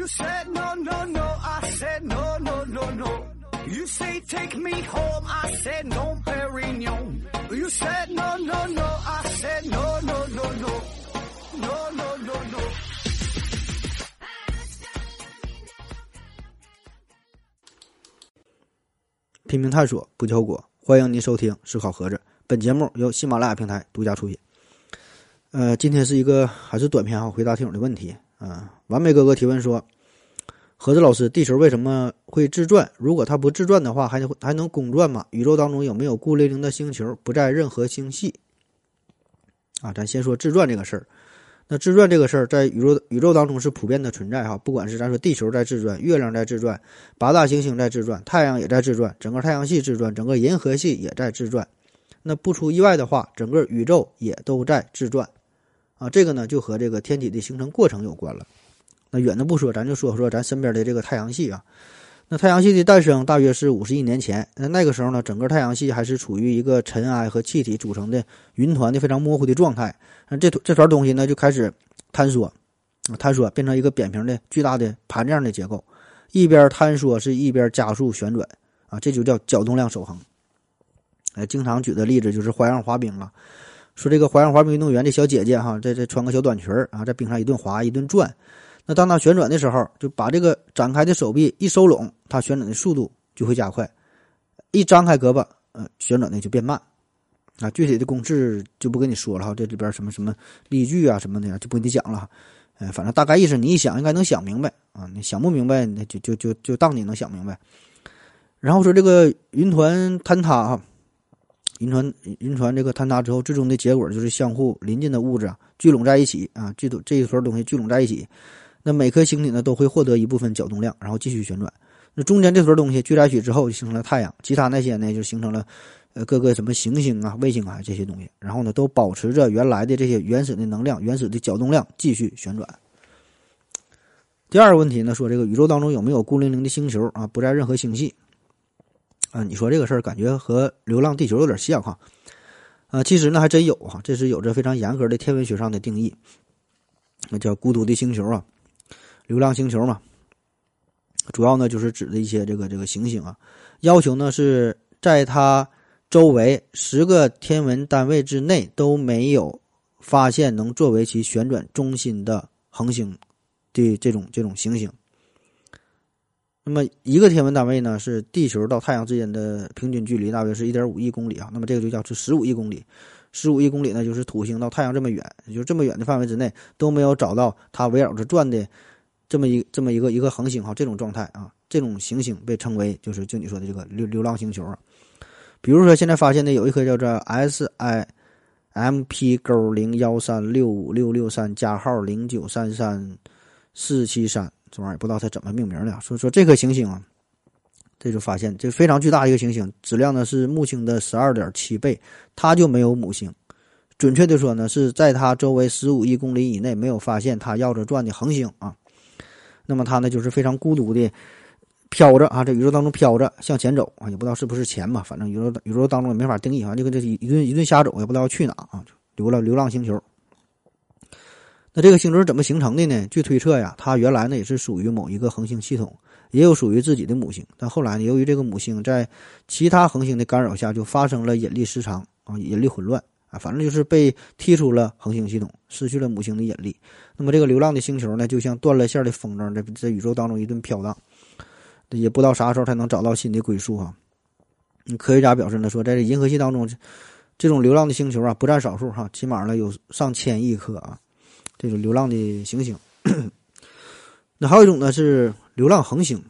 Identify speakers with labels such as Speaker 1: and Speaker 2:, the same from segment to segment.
Speaker 1: You said no, no, no, I said no, no, no, no. You say take me home, I said no, Perignon. You said no, no, no, I said no, no, no, no. No, no, no, no.
Speaker 2: 拼命探索，不计后果。欢迎您收听思考盒子，本节目由喜马拉雅平台独家出品。今天是一个还是短片回答听友的问题完美哥哥提问说，盒子老师，地球为什么会自转？如果它不自转的话，还能公转吗？宇宙当中有没有孤零零的星球，不在任何星系？咱先说自转这个事儿。那自转这个事儿，在宇宙当中是普遍的存在不管是咱说地球在自转，月亮在自转，八大行星在自转，太阳也在自转，整个太阳系自转，整个银河系也在自转。那不出意外的话，整个宇宙也都在自转这个呢就和这个天体的形成过程有关了。那远的不说，咱就说咱身边的这个太阳系那太阳系的诞生大约是50亿年前，那个时候呢，整个太阳系还是处于一个尘埃和气体组成的云团的非常模糊的状态。这团东西呢就开始坍缩变成一个扁平的巨大的盘这样的结构，一边坍缩是一边加速旋转这就叫角动量守恒。经常举的例子就是花样滑冰说这个花样滑冰运动员的小姐姐这穿个小短裙在冰上一顿滑一顿转。那当它旋转的时候，就把这个展开的手臂一收拢，它旋转的速度就会加快；一张开胳膊，旋转的就变慢。具体的公式就不跟你说了这里边什么什么例句什么的就不跟你讲了。反正大概意思你一想应该能想明白你想不明白那就当你能想明白。然后说这个云团坍塌云团这个坍塌之后，最终的结果就是相互邻近的物质聚拢在一起这一坨东西聚拢在一起。那每颗星体呢都会获得一部分角动量，然后继续旋转。那中间这坨东西聚在一起之后就形成了太阳，其他那些呢就形成了各个什么行星卫星这些东西，然后呢都保持着原来的这些原始的能量、原始的角动量继续旋转。第二个问题呢，说这个宇宙当中有没有孤零零的星球不在任何星系你说这个事儿感觉和流浪地球有点像其实呢还真有这是有着非常严格的天文学上的定义，那叫孤独的星球流浪星球嘛。主要呢就是指的一些这个行星要求呢是在它周围10个天文单位之内都没有发现能作为其旋转中心的恒星的这种行星。那么一个天文单位呢是地球到太阳之间的平均距离大约是 1.5 亿公里那么这个就叫是15亿公里。15亿公里呢就是土星到太阳这么远，也就这么远的范围之内都没有找到它围绕着转的这么一个恒星这种状态这种行星被称为就你说的这个流浪星球比如说现在发现的有一颗叫做 SIMP-013656663加号0933473，这玩意儿不知道它怎么命名的说这颗行星这就发现这非常巨大的一个行星，质量呢是木星的 12.7 倍，它就没有母星。准确的说呢是在它周围15亿公里以内没有发现它绕着转的恒星那么它呢就是非常孤独的飘着这宇宙当中飘着向前走也不知道是不是前吧，反正宇宙当中也没法定义就跟这一顿瞎走也不知道要去哪流浪星球。那这个星球是怎么形成的呢？据推测它原来呢也是属于某一个恒星系统，也有属于自己的母星，但后来呢由于这个母星在其他恒星的干扰下就发生了引力失常引力混乱反正就是被踢出了恒星系统，失去了母星的引力。那么这个流浪的星球呢就像断了线的风筝，在宇宙当中一顿飘荡，也不知道啥时候才能找到新的归宿科学家表示呢说在这银河系当中这种流浪的星球不占少数起码呢有上千亿颗这种流浪的行星那还有一种呢是流浪恒星。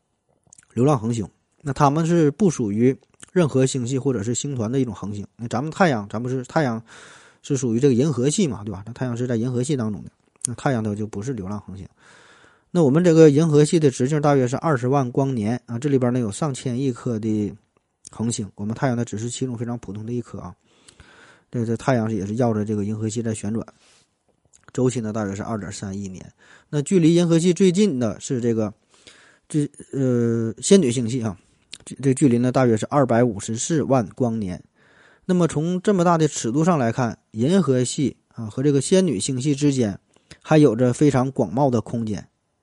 Speaker 2: 那它们是不属于任何星系或者是星团的一种恒星。那咱们太阳是属于这个银河系嘛，对吧？那太阳是在银河系当中的，那太阳它就不是流浪恒星。那我们这个银河系的直径大约是20万光年这里边呢有上千亿颗的恒星，我们太阳呢只是其中非常普通的一颗这太阳也是绕着这个银河系在旋转，周期呢大约是 2.3 亿年。那距离银河系最近的是这个仙女星系这距离呢大约是254万光年。那么从这么大的尺度上来看，银河系和这个仙女星系之间还有着非常广袤的空间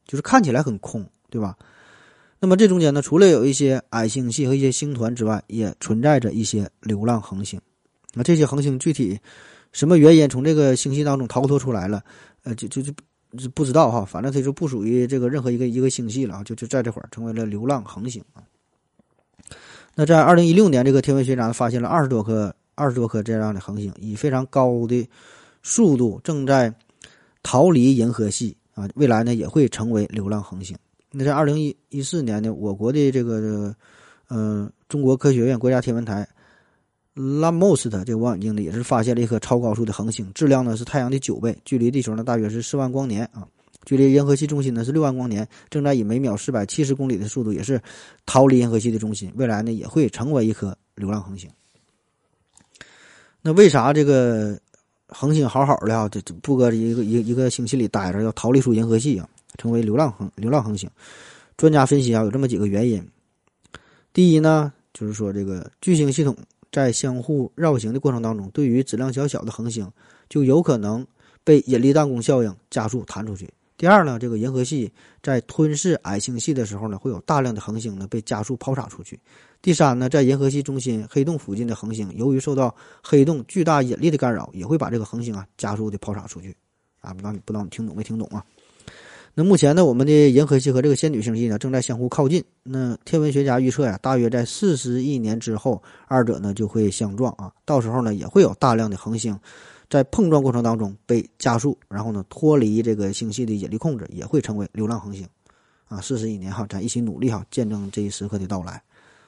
Speaker 2: 就是看起来很空，对吧？那么这中间呢，除了有一些矮星系和一些星团之外，也存在着一些流浪恒星。那这些恒星具体什么原因从这个星系当中逃脱出来了，就不知道哈，反正它就不属于这个任何一个星系了啊，就在这会儿成为了流浪恒星啊。那在2016年，这个天文学家发现了20多颗这样的恒星，以非常高的速度正在逃离银河系啊，未来呢也会成为流浪恒星。那在2014年呢，我国的这个中国科学院国家天文台拉莫斯特这个望远镜呢，也是发现了一颗超高速的恒星，质量呢是太阳的9倍，距离地球呢大约是4万光年啊，距离银河系中心呢是6万光年，正在以每秒470公里的速度也是逃离银河系的中心，未来呢也会成为一颗流浪恒星。那为啥这个恒星好好的啊，这不搁一个星系里待着，要逃离出银河系啊，成为流浪恒星？专家分析啊，有这么几个原因。第一呢，就是说这个巨星系统在相互绕行的过程当中，对于质量较小的恒星就有可能被引力弹弓效应加速弹出去。第二呢，这个银河系在吞噬矮星系的时候呢，会有大量的恒星呢被加速抛洒出去。第三呢，在银河系中心黑洞附近的恒星，由于受到黑洞巨大引力的干扰，也会把这个恒星啊加速的抛洒出去啊。不知道你听懂没听懂啊？那目前呢，我们的银河系和这个仙女星系呢正在相互靠近。那天文学家预测呀，大约在40亿年之后，二者呢就会相撞啊。到时候呢，也会有大量的恒星在碰撞过程当中被加速，然后呢脱离这个星系的引力控制，也会成为流浪恒星啊。40亿年哈，咱一起努力哈，见证这一时刻的到来。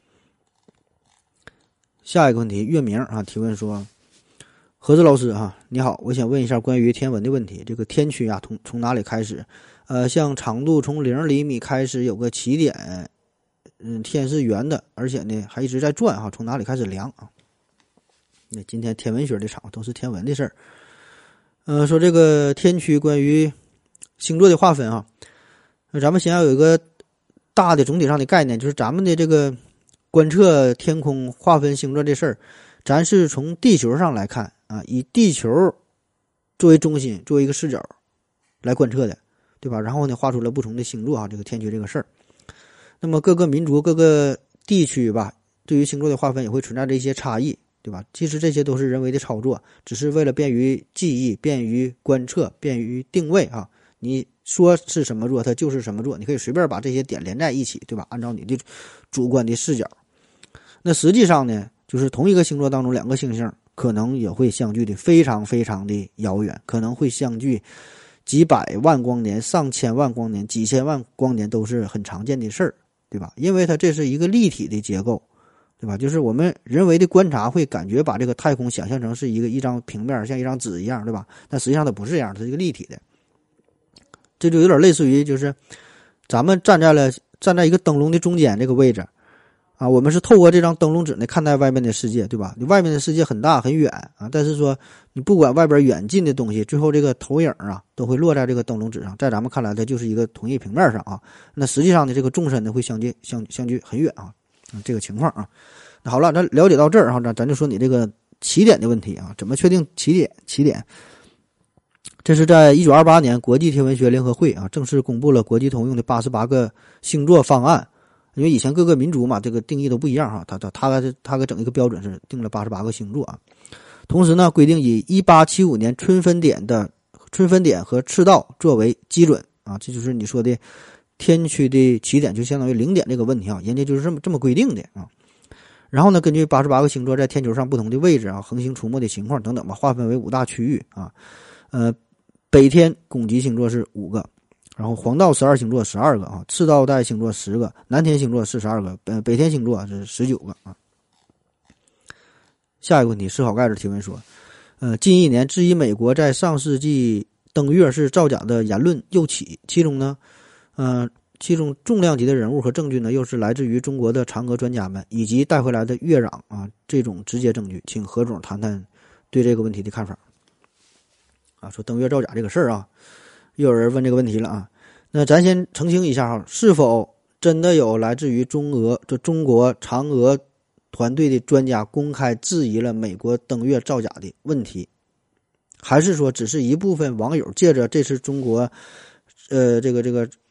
Speaker 2: 下一个问题，月明啊提问说，何子老师啊，你好，我想问一下关于天文的问题。这个天区啊，从哪里开始？像长度从0厘米开始有个起点，天是圆的，而且呢还一直在转哈，从哪里开始量啊？那今天天文学的场都是天文的事儿。说这个天区关于星座的划分啊，那咱们先要有一个大的总体上的概念，就是咱们的这个观测天空划分星座这事儿，咱是从地球上来看啊，以地球作为中心，作为一个视角来观测的，对吧？然后呢，画出了不同的星座啊，这个天区这个事儿。那么各个民族、各个地区吧，对于星座的划分也会存在着一些差异，对吧？其实这些都是人为的操作，只是为了便于记忆、便于观测、便于定位啊。你说是什么座，它就是什么座，你可以随便把这些点连在一起，对吧？按照你的主观的视角。那实际上呢，就是同一个星座当中两个星星可能也会相距的非常非常的遥远，可能会相距几百万光年、上千万光年、几千万光年都是很常见的事儿，对吧？因为它这是一个立体的结构，对吧？就是我们人为的观察会感觉把这个太空想象成是一张平面，像一张纸一样，对吧？但实际上它不是这样，它是一个立体的。这就有点类似于就是咱们站在一个灯笼的中间这个位置啊，我们是透过这张灯笼纸呢看待外面的世界，对吧？你外面的世界很大很远啊，但是说你不管外边远近的东西，最后这个投影啊都会落在这个灯笼纸上，在咱们看来它就是一个同一平面上啊。那实际上呢，这个纵深呢会相距很远啊，这个情况啊。那好了，咱了解到这儿哈，咱就说你这个起点的问题啊，怎么确定起点？这是在1928年国际天文学联合会啊正式公布了国际通用的88个星座方案。因为以前各个民族嘛，这个定义都不一样哈，他给整一个标准是定了88个星座啊。同时呢，规定以1875年春分点和赤道作为基准啊，这就是你说的天区的起点，就相当于0点这个问题啊，人家就是这么规定的啊。然后呢，根据88个星座在天球上不同的位置啊、恒星出没的情况等等吧，划分为5大区域啊。北天拱极星座是5个。然后黄道12星座12个啊，赤道带星座10个，南天星座42个，北天星座是19个啊。下一个问题，石好盖子提问说，近1年质疑美国在上世纪登月是造假的言论又起，其中重量级的人物和证据呢，又是来自于中国的嫦娥专家们以及带回来的月壤啊，这种直接证据，请何总谈谈对这个问题的看法啊。说登月造假这个事儿啊。又有人问这个问题了啊，那咱先澄清一下哈，是否真的有来自于中国嫦娥团队的专家公开质疑了美国登月造假的问题，还是说只是一部分网友借着这次中国这个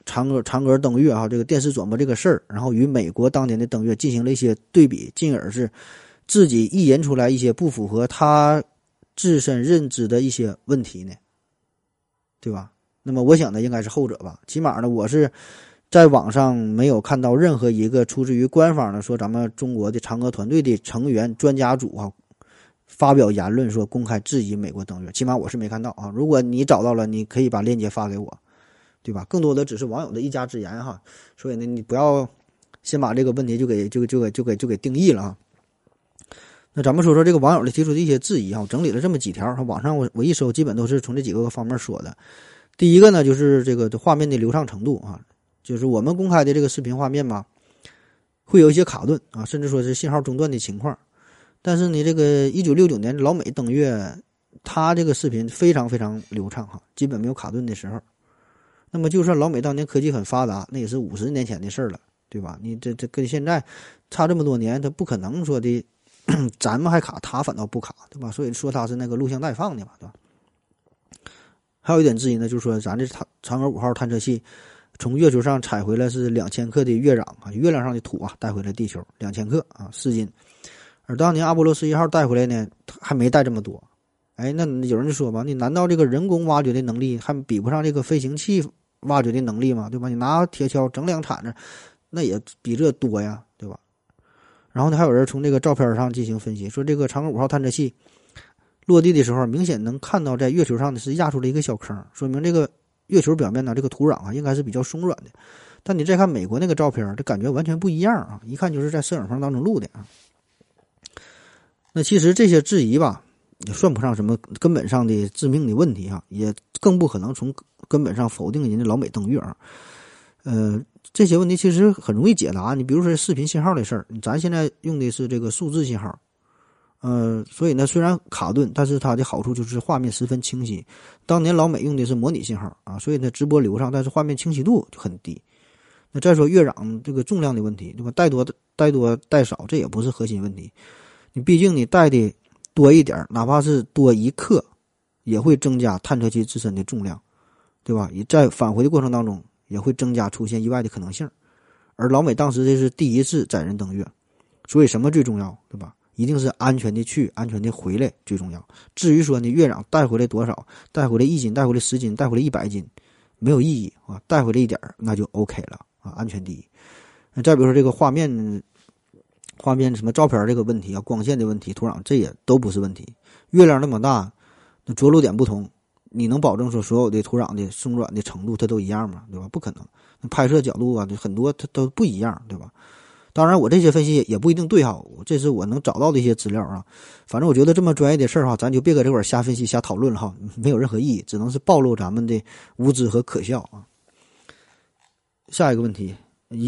Speaker 2: 嫦娥登月这个电视转播这个事儿，然后与美国当年的登月进行了一些对比，进而是自己意淫出来一些不符合他自身认知的一些问题呢？对吧？那么我想呢，应该是后者吧。起码呢，我是在网上没有看到任何一个出自于官方的说咱们中国的嫦娥团队的成员专家组发表言论说公开质疑美国登月，起码我是没看到啊。如果你找到了，你可以把链接发给我，对吧？更多的只是网友的一家之言哈，所以呢，你不要先把这个问题就给定义了啊。那咱们说说这个网友的提出的一些质疑我整理了这么几条，网上我一搜基本都是从这几个方面说的。第一个呢，就是这个画面的流畅程度就是我们公开的这个视频画面嘛，会有一些卡顿甚至说是信号中断的情况。但是呢，这个1969年老美登月，他这个视频非常非常流畅基本没有卡顿的时候。那么就算老美当年科技很发达，那也是50年前的事了，对吧？你这跟现在差这么多年，他不可能说的咱们还卡，他反倒不卡，对吧？所以说他是那个录像带放的嘛，对吧？还有一点质疑呢，就是说咱这嫦娥5号探测器从月球上采回来是2000克的月壤月亮上的土带回来地球2000克4斤，而当年阿波罗11号带回来呢，还没带这么多。那有人就说吧，你难道这个人工挖掘的能力还比不上这个飞行器挖掘的能力吗？对吧？你拿铁锹整2铲子，那也比这多呀，对吧？然后呢，还有人从这个照片上进行分析，说这个嫦娥5号探测器落地的时候，明显能看到在月球上的是压出了一个小坑，说明这个月球表面呢，这个土壤应该是比较松软的。但你再看美国那个照片，这感觉完全不一样一看就是在摄影棚当中录的那其实这些质疑吧，也算不上什么根本上的致命的问题也更不可能从根本上否定人家老美登月这些问题其实很容易解答。你比如说视频信号的事儿，咱现在用的是这个数字信号，所以呢，虽然卡顿，但是它的好处就是画面十分清晰。当年老美用的是模拟信号所以呢直播流畅，但是画面清晰度就很低。那再说月壤这个重量的问题，对吧？带多带少，这也不是核心问题。你毕竟你带的多一点，哪怕是多1克，也会增加探测器自身的重量，对吧？在返回的过程当中，也会增加出现意外的可能性。而老美当时这是第一次载人登月，所以什么最重要，对吧？一定是安全的去，安全的回来最重要。至于说你月壤带回来多少，带回来1斤，带回来10斤，带回来100斤，没有意义带回来一点那就 OK 了安全第一。再比如说这个画面什么照片这个问题光线的问题，土壤这也都不是问题。月亮那么大，那着陆点不同，你能保证说所有的土壤的松软的程度它都一样吗？对吧？不可能。拍摄角度很多它都不一样，对吧？当然我这些分析也不一定对这是我能找到的一些资料反正我觉得这么专业的事儿咱就别搁这块瞎分析瞎讨论了没有任何意义，只能是暴露咱们的无知和可笑下一个问题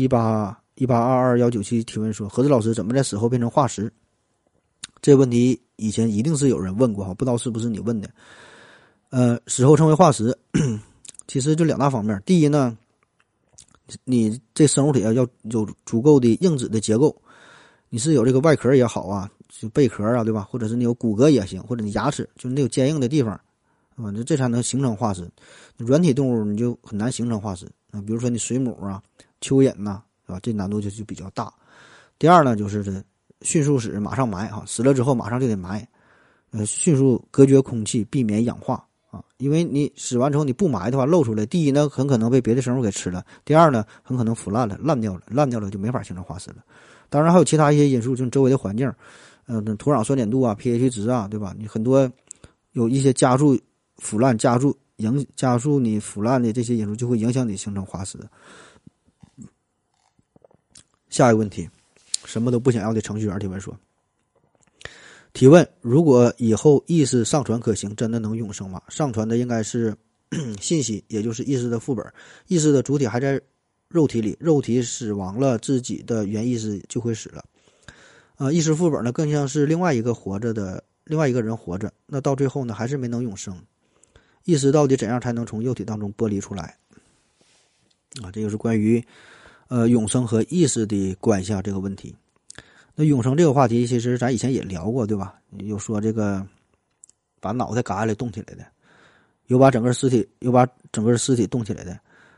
Speaker 2: 1822197提问说，何子老师怎么在死后变成化石？这个问题以前一定是有人问过不知道是不是你问的。死后成为化石其实就2大方面。第一呢，你这生物体要有足够的硬质的结构，你是有这个外壳也好就贝壳对吧？或者是你有骨骼也行，或者你牙齿就是你有坚硬的地方这才能形成化石。软体动物你就很难形成化石比如说你水母蚯蚓对吧？这难度就比较大。第二呢，就是这迅速死马上埋死了之后马上就得埋，迅速隔绝空气，避免氧化因为你死完之后你不埋的话露出来，第一呢很可能被别的生物给吃了，第二呢很可能腐烂了烂掉了就没法形成化石了。当然还有其他一些因素，就是周围的环境土壤酸碱度pH 值对吧？你很多有一些加速腐烂加速你腐烂的这些因素就会影响你形成化石。下一个问题，什么都不想要的程序员提问说，提问：如果以后意识上传可行，真的能永生吗？上传的应该是信息，也就是意识的副本，意识的主体还在肉体里，肉体死亡了，自己的原意识就会死了。意识副本呢，更像是另外一个人活着，那到最后呢，还是没能永生。意识到底怎样才能从肉体当中剥离出来？这就是关于永生和意识的关系这个问题。那永生这个话题，其实咱以前也聊过，对吧？有说这个把脑袋嘎下来动起来的，有把整个尸体动起来的，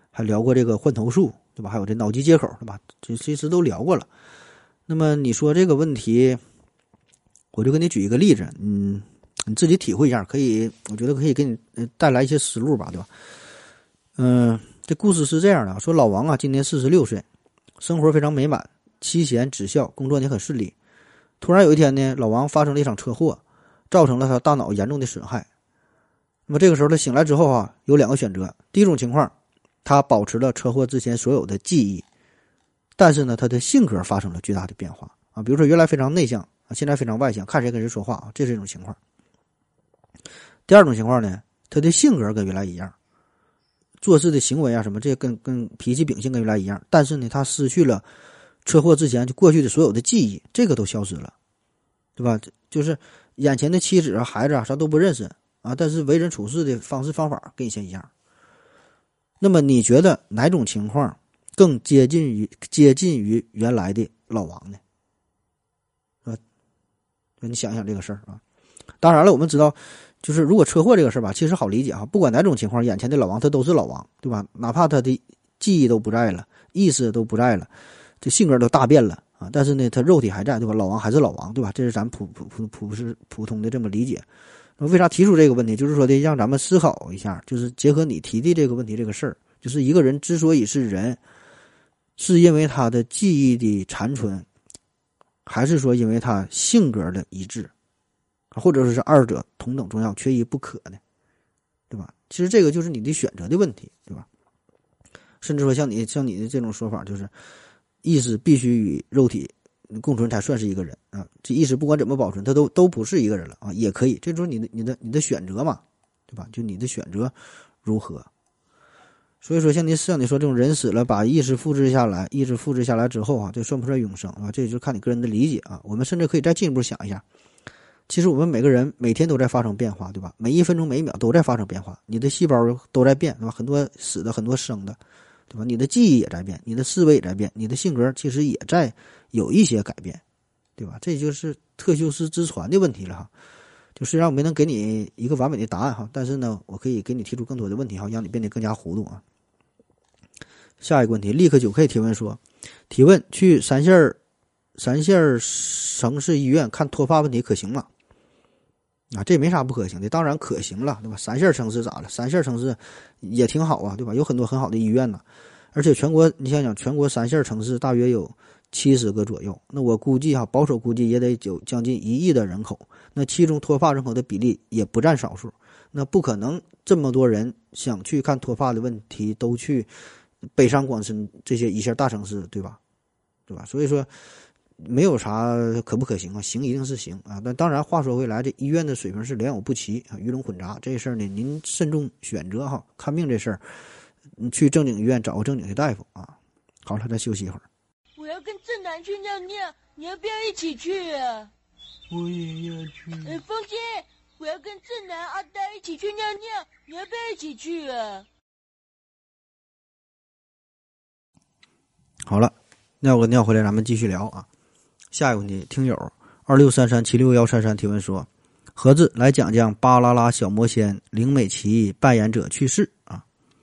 Speaker 2: 还聊过这个换头术，对吧？还有这脑机接口，对吧？这其实都聊过了。那么你说这个问题，我就给你举一个例子，你自己体会一下，我觉得可以给你带来一些思路吧，对吧？这故事是这样的，说老王啊，今年46岁，生活非常美满，妻贤子孝，工作也很顺利。突然有一天呢，老王发生了一场车祸，造成了他大脑严重的损害。那么这个时候他醒来之后啊，有2个选择。第一种情况，他保持了车祸之前所有的记忆，但是呢，他的性格发生了巨大的变化啊，比如说原来非常内向啊，现在非常外向，看谁跟谁说话啊，这是一种情况。第二种情况呢，他的性格跟原来一样，做事的行为啊什么，这跟脾气秉性跟原来一样，但是呢，他失去了车祸之前就过去的所有的记忆，这个都消失了，对吧？就是眼前的妻子啊、孩子啊啥都不认识啊，但是为人处事的方式方法跟以前一样。那么你觉得哪种情况更接近于原来的老王呢？是吧？你想想这个事儿啊。当然了，我们知道，就是如果车祸这个事儿吧，其实好理解哈。不管哪种情况，眼前的老王他都是老王，对吧？哪怕他的记忆都不在了，意识都不在了，这性格都大变了啊，但是呢，他肉体还在，对吧？老王还是老王，对吧？这是咱普通的这么理解。那为啥提出这个问题？就是说的让咱们思考一下，就是结合你提的这个问题这个事儿，就是一个人之所以是人，是因为他的记忆的残存，还是说因为他性格的一致，或者说是二者同等重要，缺一不可呢？对吧？其实这个就是你的选择的问题，对吧？甚至说像你的这种说法，就是意识必须与肉体共存才算是一个人啊。这意识不管怎么保存，它都不是一个人了啊，也可以，这就是你的选择嘛，对吧？就你的选择如何？所以说像你说这种人死了把意识复制下来之后啊，这算不算永生啊？这就看你个人的理解啊。我们甚至可以再进一步想一下，其实我们每个人每天都在发生变化，对吧？每1分钟每1秒都在发生变化，你的细胞都在变，对吧？很多死的，很多生的，对吧？你的记忆也在变，你的思维也在变，你的性格其实也在有一些改变，对吧？这就是特修斯之船的问题了哈。就虽然我没能给你一个完美的答案哈，但是呢，我可以给你提出更多的问题哈，让你变得更加糊涂啊。下一个问题，立刻9K 提问说，提问去三线城市医院看脱发问题可行吗？啊，这没啥不可行的，当然可行了，对吧？3线城市咋了？3线城市也挺好啊，对吧？有很多很好的医院呢，而且全国你想想，全国3线城市大约有70个左右，那我估计哈，保守估计也得有将近1亿的人口，那其中脱发人口的比例也不占少数，那不可能这么多人想去看脱发的问题都去北上广深这些1线大城市，对吧？对吧？所以说没有啥可不可行啊，行一定是行啊。但当然话说回来，这医院的水平是良莠不齐啊，鱼龙混杂，这事儿呢您慎重选择哈。看病这事儿，你去正经医院找个正经的大夫啊。好了，再休息一会儿。
Speaker 3: 我要跟正南去尿尿，你要不要一起去啊？
Speaker 4: 我也要去。
Speaker 3: 风姐，我要跟正南、阿呆一起去尿尿，你要不要一起去啊？
Speaker 2: 好了，尿个尿回来，咱们继续聊啊。下一个问题，听友2633761133提问说，盒子来讲讲巴啦啦小魔仙凌美琪扮演者去世啊。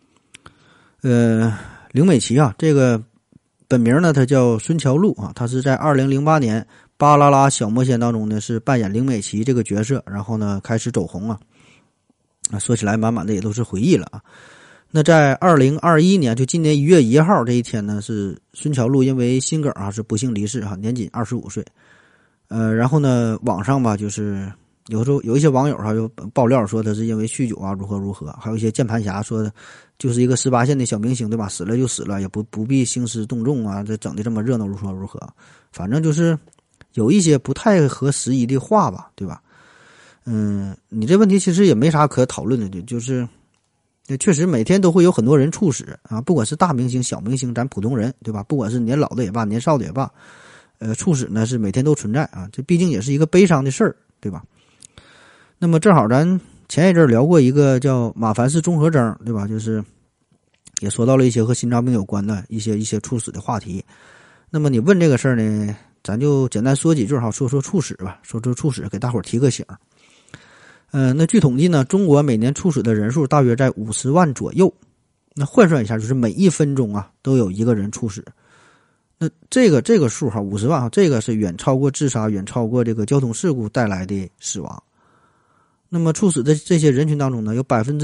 Speaker 2: 凌美琪啊，这个本名呢，他叫孙乔璐啊，他是在2008年巴啦啦小魔仙当中呢是扮演凌美琪这个角色，然后呢开始走红啊。说起来满满的也都是回忆了啊。那在2021年，就今年1月1号这一天呢，是孙乔璐因为心梗啊是不幸离世啊，年仅25岁。然后呢，网上吧就是有时候有一些网友哈就爆料说他是因为酗酒啊如何，还有一些键盘侠说的就是一个18线的小明星对吧，死了就死了，也不必兴师动众啊，这整的这么热闹如何，反正就是有一些不太合时宜的话吧，对吧？你这问题其实也没啥可讨论的，就是确实每天都会有很多人猝死啊，不管是大明星小明星，咱普通人对吧，不管是年老的也罢年少的也罢，猝死呢是每天都存在啊，这毕竟也是一个悲伤的事儿，对吧？那么正好咱前一阵聊过一个叫马凡氏综合征，对吧？就是也说到了一些和心脏病有关的一些猝死的话题。那么你问这个事儿呢，咱就简单说几句哈，说猝死吧，说猝死给大伙儿提个醒。那据统计呢，中国每年猝死的人数大约在50万左右那换算一下，就是每1分钟啊都有1个人猝死。那这个数哈，50万哈，这个是远超过自杀，远超过这个交通事故带来的死亡。那么猝死的这些人群当中呢，有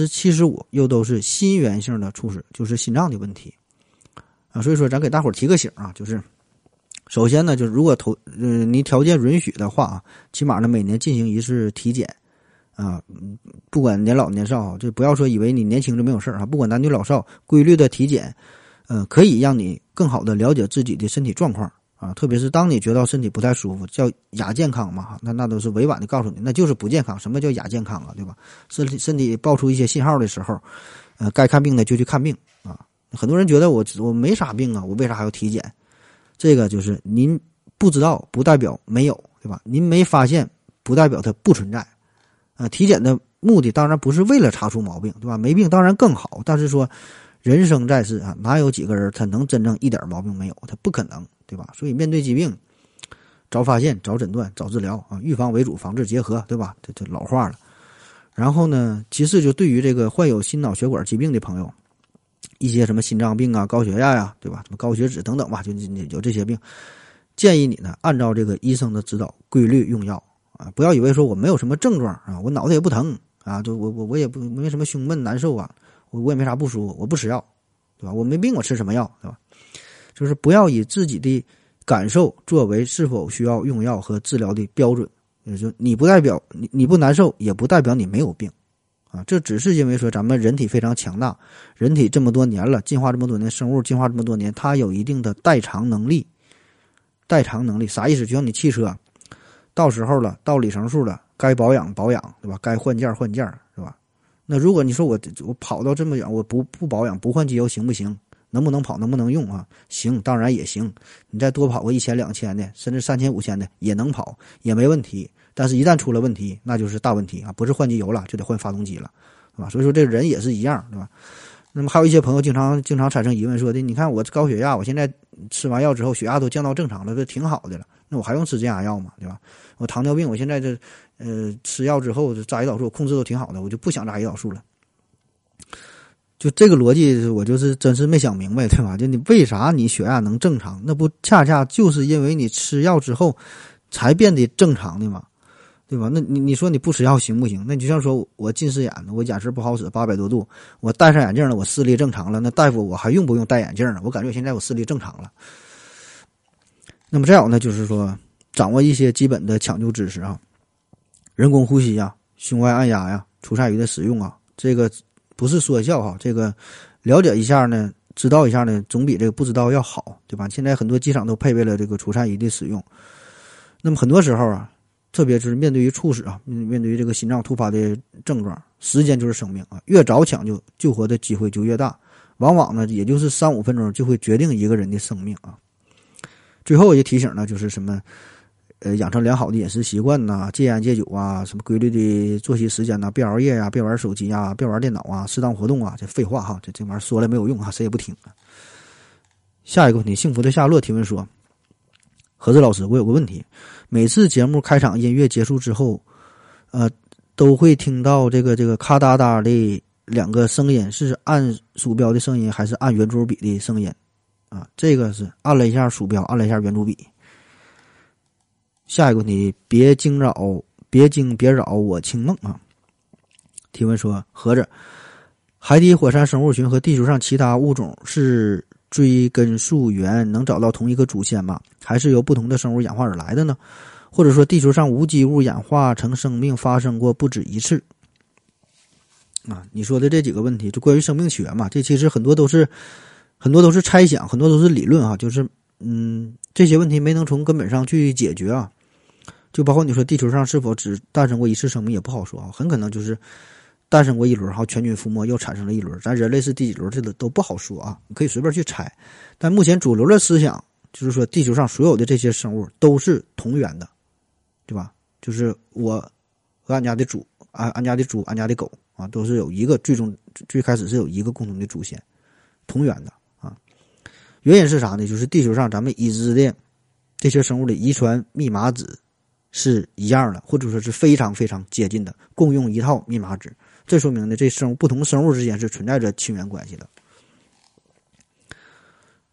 Speaker 2: 75%又都是心源性的猝死，就是心脏的问题啊。所以说，咱给大伙儿提个醒啊，就是首先呢，就是如果你条件允许的话啊，起码呢每年进行一次体检啊，不管年老年少，就不要说以为你年轻就没有事啊，不管男女老少，规律的体检。可以让你更好的了解自己的身体状况啊，特别是当你觉得身体不太舒服，叫亚健康嘛，那都是委婉的告诉你，那就是不健康。什么叫亚健康啊，对吧？身体爆出一些信号的时候，该看病的就去看病啊。很多人觉得我没啥病啊，我为啥还要体检？这个就是您不知道不代表没有，对吧？您没发现不代表它不存在体检的目的当然不是为了查出毛病，对吧？没病当然更好，但是说人生在世啊，哪有几个人他能真正一点毛病没有？他不可能，对吧？所以面对疾病，早发现、早诊断、早治疗啊，预防为主，防治结合，对吧？这老话了。然后呢，其次就对于这个患有心脑血管疾病的朋友，一些什么心脏病啊、高血压呀，对吧？什么高血脂等等吧，就有这些病，建议你呢按照这个医生的指导规律用药啊，不要以为说我没有什么症状啊，我脑袋也不疼啊，就我也不没什么胸闷难受啊。我也没啥不舒服，我不吃药，对吧？我没病，我吃什么药，对吧？就是不要以自己的感受作为是否需要用药和治疗的标准。也就是你不代表你不难受，也不代表你没有病啊。这只是因为说咱们人体非常强大，人体这么多年了，进化这么多年，生物进化这么多年，它有一定的代偿能力。代偿能力啥意思？就像你汽车到时候了，到里程数了，该保养保养，对吧？该换件换件，是吧？那如果你说我跑到这么远，我不保养不换机油行不行？能不能跑？能不能用啊？行，当然也行。你再多跑个1000、2000的，甚至3000、5000的也能跑，也没问题。但是一旦出了问题，那就是大问题啊！不是换机油了，就得换发动机了，对吧？所以说这个人也是一样，对吧？那么还有一些朋友经常产生疑问说的，你看我高血压，我现在吃完药之后血压都降到正常了，这挺好的了，那我还用吃降压药吗？对吧？我糖尿病，我现在这吃药之后扎胰岛素控制都挺好的，我就不想扎胰岛素了。就这个逻辑我就是真是没想明白，对吧？就你为啥你血压能正常？那不恰恰就是因为你吃药之后才变得正常的吗？对吧？那你说你不吃药行不行？那就像说我近视眼，我眼神不好使，800多度，我戴上眼镜了，我视力正常了，那大夫我还用不用戴眼镜呢？我感觉现在我视力正常了。那么再有呢，就是说掌握一些基本的抢救知识啊，人工呼吸啊，胸外按压呀，除鳃鱼的使用啊，这个不是说笑哈，这个了解一下呢，知道一下呢，总比这个不知道要好，对吧？现在很多机场都配备了这个除鳃仪的使用。那么很多时候啊，特别是面对于猝死啊，面对于这个心脏突发的症状，时间就是生命啊，越早抢救，救活的机会就越大。往往呢，也就是3-5分钟就会决定一个人的生命啊。最后一个提醒呢，就是什么，养成良好的饮食习惯呐，戒烟戒酒啊，什么规律的作息时间呐，别熬夜呀，别玩手机呀，别玩电脑啊，适当活动啊，这废话哈，这玩意儿说了没有用啊，谁也不听。下一个问题，幸福的夏洛提问说，何子老师，我有个问题，每次节目开场音乐结束之后，都会听到这个咔哒哒的2个声音，是按鼠标的声音还是按圆珠笔的声音啊？这个是按了一下鼠标，按了一下圆珠笔。下一个问题，别惊别扰我清梦啊！提问说，合着海底火山生物群和地球上其他物种是追根溯源能找到同一个祖先吗？还是由不同的生物演化而来的呢？或者说地球上无机物演化成生命发生过不止一次啊？你说的这几个问题就关于生命起源嘛，这其实很多都是猜想，很多都是理论啊，就是这些问题没能从根本上去解决啊。就包括你说地球上是否只诞生过一次生命也不好说啊，很可能就是诞生过一轮，然后全军覆没，又产生了一轮，咱人类是第几轮这个都不好说啊，你可以随便去猜。但目前主流的思想就是说地球上所有的这些生物都是同源的，对吧？就是我和俺家的猪、俺家的猪、俺家的狗啊，都是有一个最开始是有一个共同的祖先，同源的啊。原因是啥呢？就是地球上咱们已知的这些生物的遗传密码纸是一样的，或者说是非常非常接近的，共用一套密码纸。这说明呢，这不同生物之间是存在着亲缘关系的。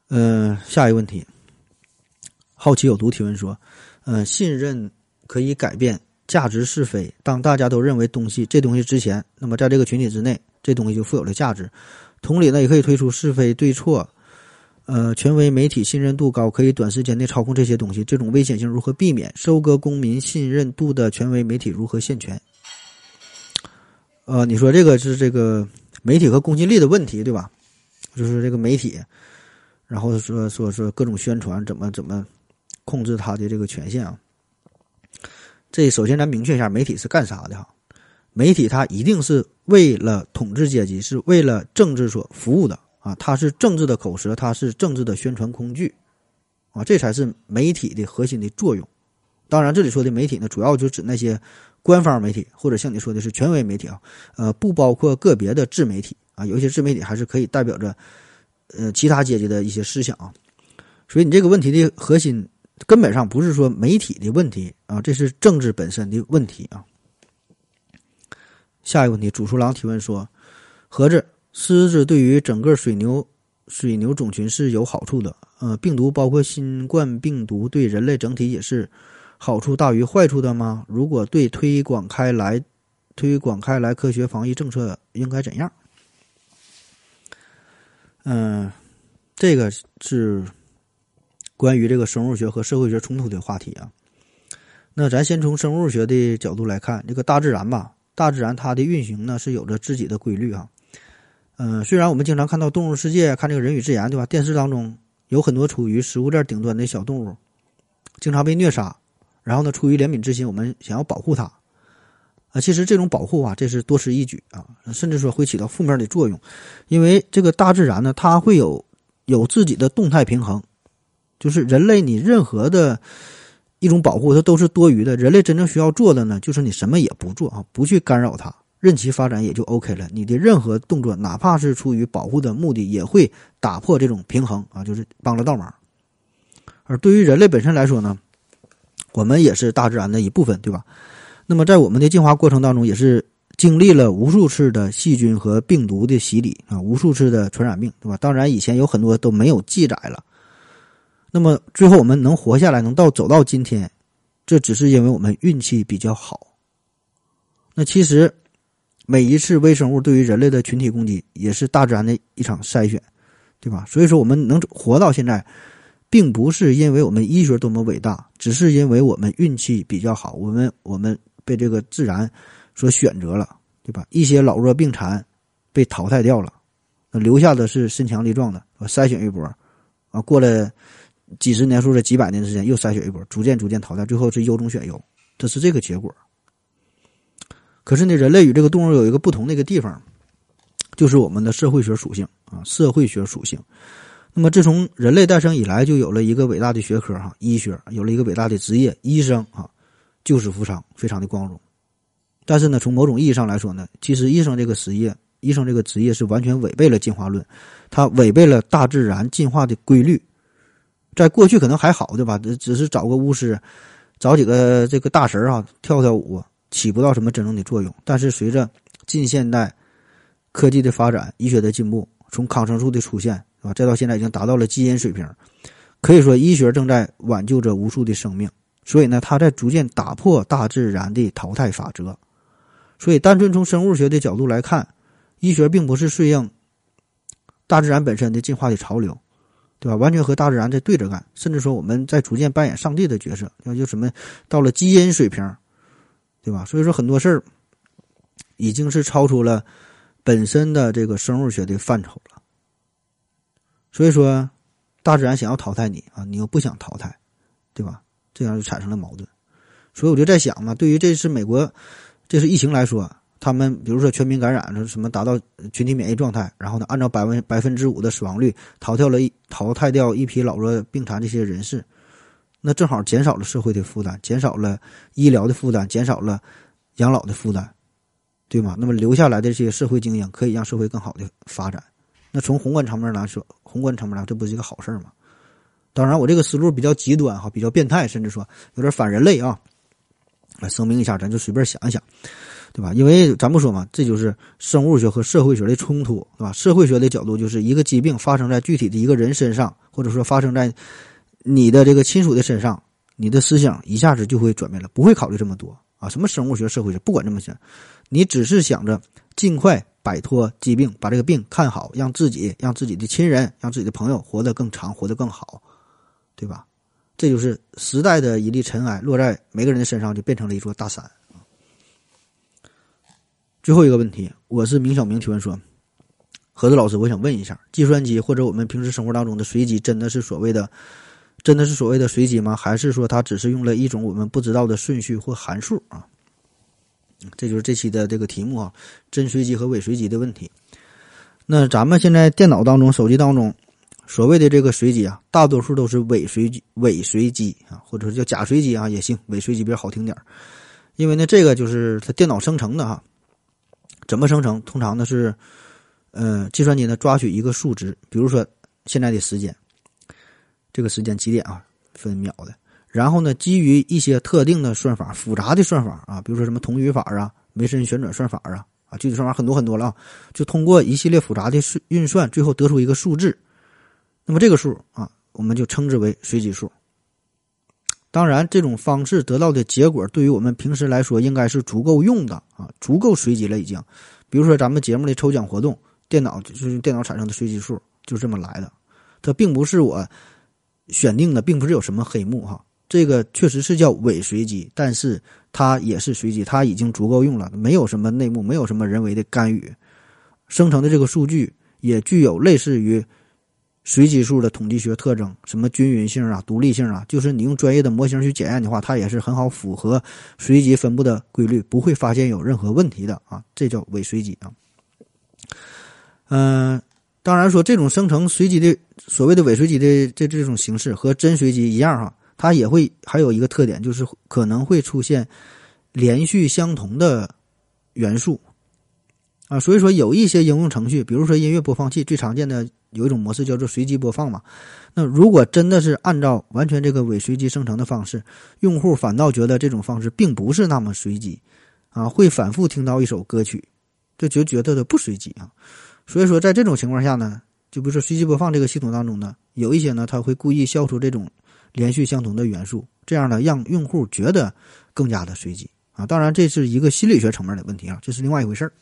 Speaker 2: 下一个问题，好奇有毒提问说，信任可以改变价值是非。当大家都认为这东西值钱，那么在这个群体之内，这东西就富有了价值。同理呢，也可以推出是非对错，权威媒体信任度高，可以短时间内操控这些东西，这种危险性如何避免？收割公民信任度的权威媒体如何限权？你说这个是这个媒体和公信力的问题，对吧？就是这个媒体，然后说各种宣传怎么控制它的这个权限啊。这首先咱明确一下，媒体是干啥的哈？媒体它一定是为了统治阶级，是为了政治所服务的啊，它是政治的口舌，它是政治的宣传工具啊，这才是媒体的核心的作用。当然，这里说的媒体呢，主要就指那些官方媒体，或者像你说的是权威媒体啊，不包括个别的自媒体啊，有一些自媒体还是可以代表着其他阶级的一些思想啊。所以你这个问题的核心根本上不是说媒体的问题啊，这是政治本身的问题啊。下一个问题，主厨郎提问说，盒子，狮子对于整个水牛种群是有好处的，病毒包括新冠病毒对人类整体也是好处大于坏处的吗？如果对，推广开来科学防疫政策应该怎样？这个是关于这个生物学和社会学冲突的话题啊。那咱先从生物学的角度来看，这个大自然吧，大自然它的运行呢是有着自己的规律啊。虽然我们经常看到动物世界，看这个人与自然，对吧？电视当中有很多处于食物链顶端的小动物，经常被虐杀，然后呢，出于怜悯之心，我们想要保护它啊。其实这种保护啊，这是多此一举啊，甚至说会起到负面的作用，因为这个大自然呢，它会有自己的动态平衡，就是人类你任何的一种保护它都是多余的，人类真正需要做的呢，就是你什么也不做啊，不去干扰它，任其发展也就 OK 了。你的任何动作，哪怕是出于保护的目的，也会打破这种平衡啊，就是帮了倒忙。而对于人类本身来说呢，我们也是大自然的一部分，对吧？那么在我们的进化过程当中，也是经历了无数次的细菌和病毒的洗礼啊，无数次的传染病，对吧？当然以前有很多都没有记载了。那么最后我们能活下来，能走到今天，这只是因为我们运气比较好。那其实每一次微生物对于人类的群体攻击，也是大自然的一场筛选，对吧？所以说我们能活到现在，并不是因为我们医学多么伟大，只是因为我们运气比较好，我们被这个自然所选择了，对吧？一些老弱病残被淘汰掉了，留下的是身强力壮的，筛选一波啊，过了几十年或者几百年的时间，又筛选一波，逐渐淘汰，最后是优中选优，这是这个结果。可是呢，人类与这个动物有一个不同的一个地方，就是我们的社会学属性啊，社会学属性。那么自从人类诞生以来，就有了一个伟大的学科哈，医学，有了一个伟大的职业，医生啊，救死扶伤，非常的光荣。但是呢，从某种意义上来说呢，其实医生这个职业是完全违背了进化论，它违背了大自然进化的规律。在过去可能还好，对吧？只是找个巫师，找几个这个大神啊，跳跳舞，起不到什么真正的作用。但是随着近现代科技的发展，医学的进步，从抗生素的出现，是吧？再到现在已经达到了基因水平，可以说医学正在挽救着无数的生命。所以呢，它在逐渐打破大自然的淘汰法则。所以单纯从生物学的角度来看，医学并不是顺应大自然本身的进化的潮流，对吧？完全和大自然在对着干，甚至说我们在逐渐扮演上帝的角色，就什么到了基因水平，对吧？所以说很多事儿已经是超出了本身的这个生物学的范畴了。所以说大自然想要淘汰你啊，你又不想淘汰，对吧？这样就产生了矛盾。所以我就在想嘛，对于这次这次疫情来说，他们比如说全民感染什么达到群体免疫状态，然后呢按照5%的死亡率淘汰掉一批老弱病残这些人士，那正好减少了社会的负担，减少了医疗的负担，减少了养老的负担，对吗？那么留下来的这些社会精英可以让社会更好的发展。那从宏观层面来说，这不是一个好事吗？当然我这个思路比较极端哈，比较变态，甚至说有点反人类啊。来声明一下，咱就随便想一想。 对吧？因为咱不说嘛，这就是生物学和社会学的冲突，对吧？社会学的角度就是一个疾病发生在具体的一个人身上，或者说发生在你的这个亲属的身上，你的思想一下子就会转变了，不会考虑这么多啊。什么生物学、社会学，不管这么想，你只是想着尽快摆脱疾病，把这个病看好，让自己、让自己的亲人、让自己的朋友活得更长，活得更好，对吧？这就是时代的一粒尘埃落在每个人的身上，就变成了一座大山。最后一个问题，我是明小明提问说，何子老师，我想问一下，计算机或者我们平时生活当中的随机真的是所谓的随机吗？还是说它只是用了一种我们不知道的顺序或函数啊？这就是这期的这个题目啊，真随机和伪随机的问题。那咱们现在电脑当中、手机当中所谓的这个随机啊，大多数都是伪随机啊，或者是叫假随机啊也行，伪随机比较好听点。因为呢，这个就是它电脑生成的哈。怎么生成？通常呢是，计算机呢抓取一个数值，比如说现在的时间，这个时间几点啊，分秒的。然后呢，基于一些特定的算法，复杂的算法啊，比如说什么同语法啊、梅森旋转算法啊，具体算法很多很多了啊，就通过一系列复杂的运算，最后得出一个数字。那么这个数啊，我们就称之为随机数。当然，这种方式得到的结果对于我们平时来说应该是足够用的啊，足够随机了已经。比如说咱们节目的抽奖活动，电脑就是电脑产生的随机数，就是这么来的。它并不是我选定的，并不是有什么黑幕哈。这个确实是叫伪随机，但是它也是随机，它已经足够用了，没有什么内幕，没有什么人为的干预。生成的这个数据也具有类似于随机数的统计学特征，什么均匀性啊、独立性啊，就是你用专业的模型去检验的话，它也是很好符合随机分布的规律，不会发现有任何问题的啊，这叫伪随机啊。当然说这种生成随机的所谓的伪随机的这种形式和真随机一样哈，它也会还有一个特点，就是可能会出现连续相同的元素啊，所以说有一些应用程序，比如说音乐播放器，最常见的有一种模式叫做随机播放嘛。那如果真的是按照完全这个伪随机生成的方式，用户反倒觉得这种方式并不是那么随机啊，会反复听到一首歌曲，就觉得的不随机啊。所以说在这种情况下呢，就比如说随机播放这个系统当中呢，有一些呢它会故意消除这种连续相同的元素，这样呢让用户觉得更加的随机啊。当然这是一个心理学层面的问题啊，这是另外一回事儿。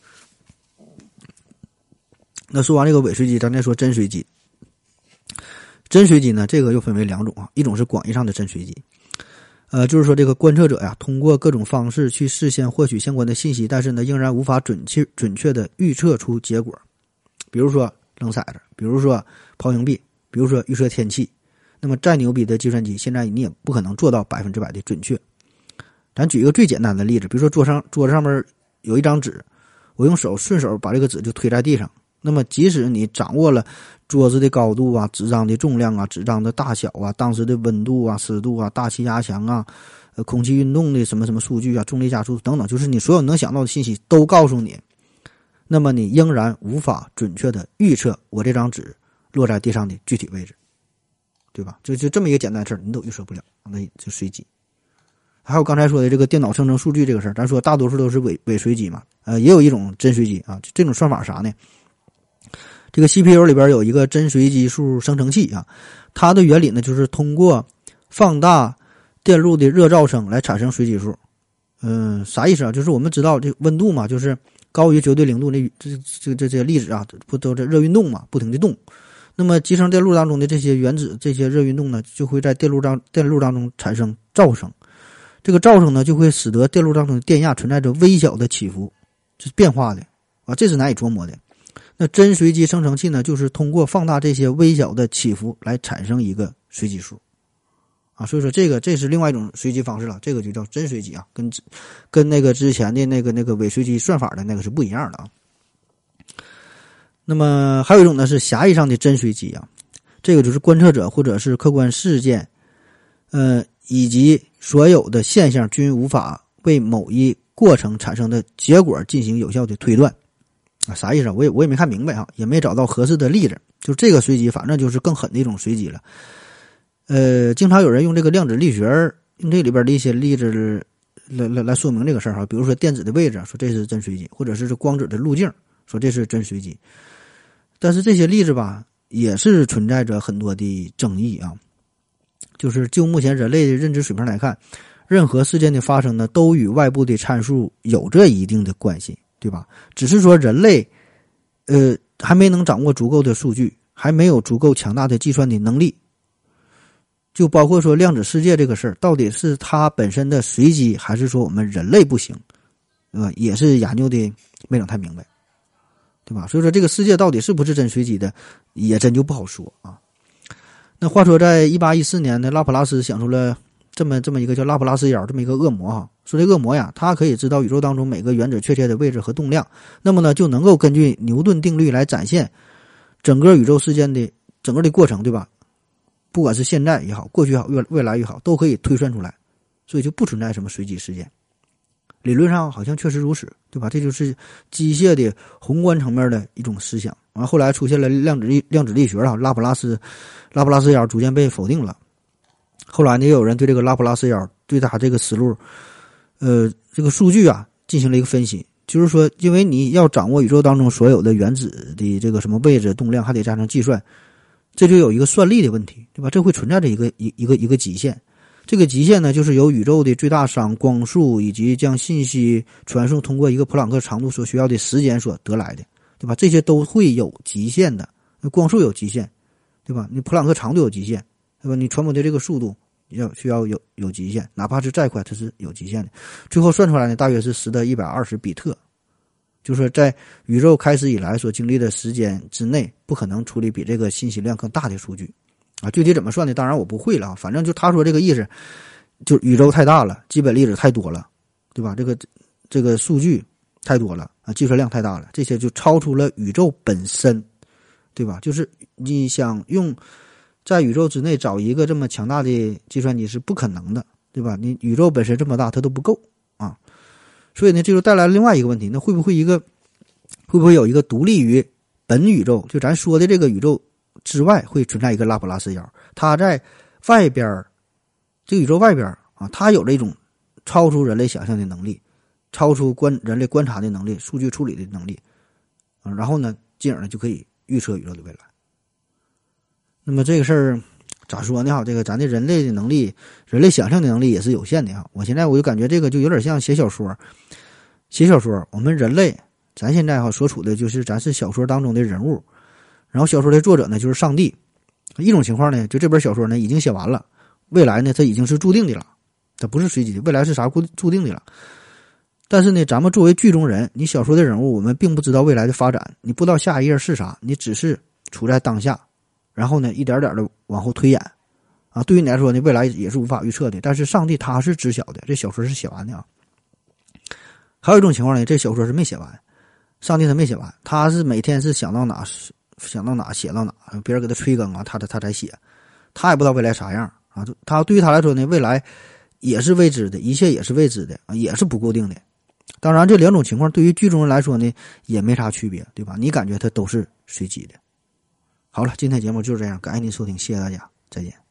Speaker 2: 那说完这个伪随机，咱再说真随机。真随机呢，这个又分为两种啊，一种是广义上的真随机，就是说这个观测者呀，通过各种方式去事先获取相关的信息，但是呢，仍然无法准确的预测出结果。比如说扔骰子，比如说抛硬币，比如说预测天气。那么再牛逼的计算机，现在你也不可能做到100%的准确。咱举一个最简单的例子，比如说桌子上面有一张纸，我用手顺手把这个纸就推在地上。那么即使你掌握了桌子的高度啊、纸张的重量啊、纸张的大小啊、当时的温度啊、湿度啊、大气压强啊、空气运动的什么数据啊、重力加速等等，就是你所有能想到的信息都告诉你，那么你仍然无法准确的预测我这张纸落在地上的具体位置，对吧？就这么一个简单的事儿，你都预测不了，那就随机。还有刚才说的这个电脑生成数据这个事儿，咱说大多数都是伪随机嘛，也有一种真随机啊。这种算法啥呢？这个 CPU 里边有一个真随机数生成器啊，它的原理呢就是通过放大电路的热噪声来产生随机数。啥意思啊？就是我们知道这温度嘛，就是高于绝对零度的这些粒子啊，不都在热运动嘛，不停的动。那么集成电路当中的这些原子，这些热运动呢，就会在电路当中产生噪声。这个噪声呢，就会使得电路当中的电压存在着微小的起伏，是变化的啊，这是难以琢磨的。那真随机生成器呢，就是通过放大这些微小的起伏来产生一个随机数啊，所以说这是另外一种随机方式了，这个就叫真随机啊，跟那个之前的那个伪随机算法的那个是不一样的啊。那么还有一种呢是狭义上的真随机啊，这个就是观测者或者是客观事件，以及所有的现象均无法为某一过程产生的结果进行有效的推断啊，啥意思啊？我也没看明白啊，也没找到合适的例子。就这个随机，反正就是更狠的一种随机了。经常有人用这个量子力学，用这里边的一些例子来说明这个事儿哈。比如说电子的位置，说这是真随机，或者是光子的路径，说这是真随机。但是这些例子吧，也是存在着很多的争议啊。就是就目前人类的认知水平来看，任何事件的发生呢，都与外部的参数有着一定的关系，对吧？只是说人类，还没能掌握足够的数据，还没有足够强大的计算的能力。就包括说量子世界这个事儿，到底是它本身的随机，还是说我们人类不行，也是研究的没整太明白，对吧？所以说这个世界到底是不是真随机的，也真就不好说啊。那话说，在1814年呢，拉普拉斯想出了这么一个叫拉普拉斯妖这么一个恶魔哈。说这恶魔呀，它可以知道宇宙当中每个原子确切的位置和动量，那么呢就能够根据牛顿定律来展现整个宇宙事件的整个的过程，对吧？不管是现在也好，过去也好，未来也好，都可以推算出来，所以就不存在什么随机事件。理论上好像确实如此，对吧？这就是机械的宏观层面的一种思想。完后来出现了量子力学啊，拉普拉斯妖逐渐被否定了。后来呢，也有人对这个拉普拉斯妖对他这个思路，这个数据啊进行了一个分析，就是说，因为你要掌握宇宙当中所有的原子的这个什么位置、动量，还得加上计算，这就有一个算力的问题，对吧？这会存在着一个极限。这个极限呢，就是由宇宙的最大熵、光速以及将信息传送通过一个普朗克长度所需要的时间所得来的，对吧？这些都会有极限的。光速有极限，对吧？你普朗克长度有极限，对吧？你传播的这个速度需要有极限，哪怕是再快，它是有极限的。最后算出来呢，大约是10⁻120比特，就是说在宇宙开始以来所经历的时间之内，不可能处理比这个信息量更大的数据。啊，具体怎么算的，当然我不会了啊。反正就他说这个意思，就宇宙太大了，基本粒子太多了，对吧？这个数据太多了啊，计算量太大了，这些就超出了宇宙本身，对吧？就是你想用在宇宙之内找一个这么强大的计算机是不可能的，对吧？你宇宙本身这么大，它都不够啊。所以呢，这就带来了另外一个问题，那会不会有一个独立于本宇宙，就咱说的这个宇宙之外，会存在一个拉普拉斯妖，它在外边，这个宇宙外边啊，它有这种超出人类想象的能力，超出人类观察的能力，数据处理的能力，然后呢，进而呢就可以预测宇宙的未来。那么这个事儿咋说呢？哈，这个咱的人类的能力，人类想象的能力也是有限的哈。我现在就感觉这个就有点像写小说，我们人类，咱现在所处的就是咱是小说当中的人物。然后小说的作者呢就是上帝，一种情况呢，就这本小说呢已经写完了，未来呢它已经是注定的了，它不是随机的，未来是啥注定的了。但是呢，咱们作为剧中人，你小说的人物，我们并不知道未来的发展，你不知道下一页是啥，你只是处在当下，然后呢一点点的往后推演啊。对于你来说呢，未来也是无法预测的，但是上帝他是知晓的，这小说是写完的啊。还有一种情况呢，这小说是没写完，上帝他没写完，他是每天是想到哪写到哪，别人给他催更啊，他才写，他也不知道未来啥样啊。他对于他来说呢，未来也是未知的，一切也是未知的啊，也是不固定的。当然，这两种情况对于剧中人来说呢，也没啥区别，对吧？你感觉它都是随机的。好了，今天节目就是这样，感谢您收听，谢谢大家，再见。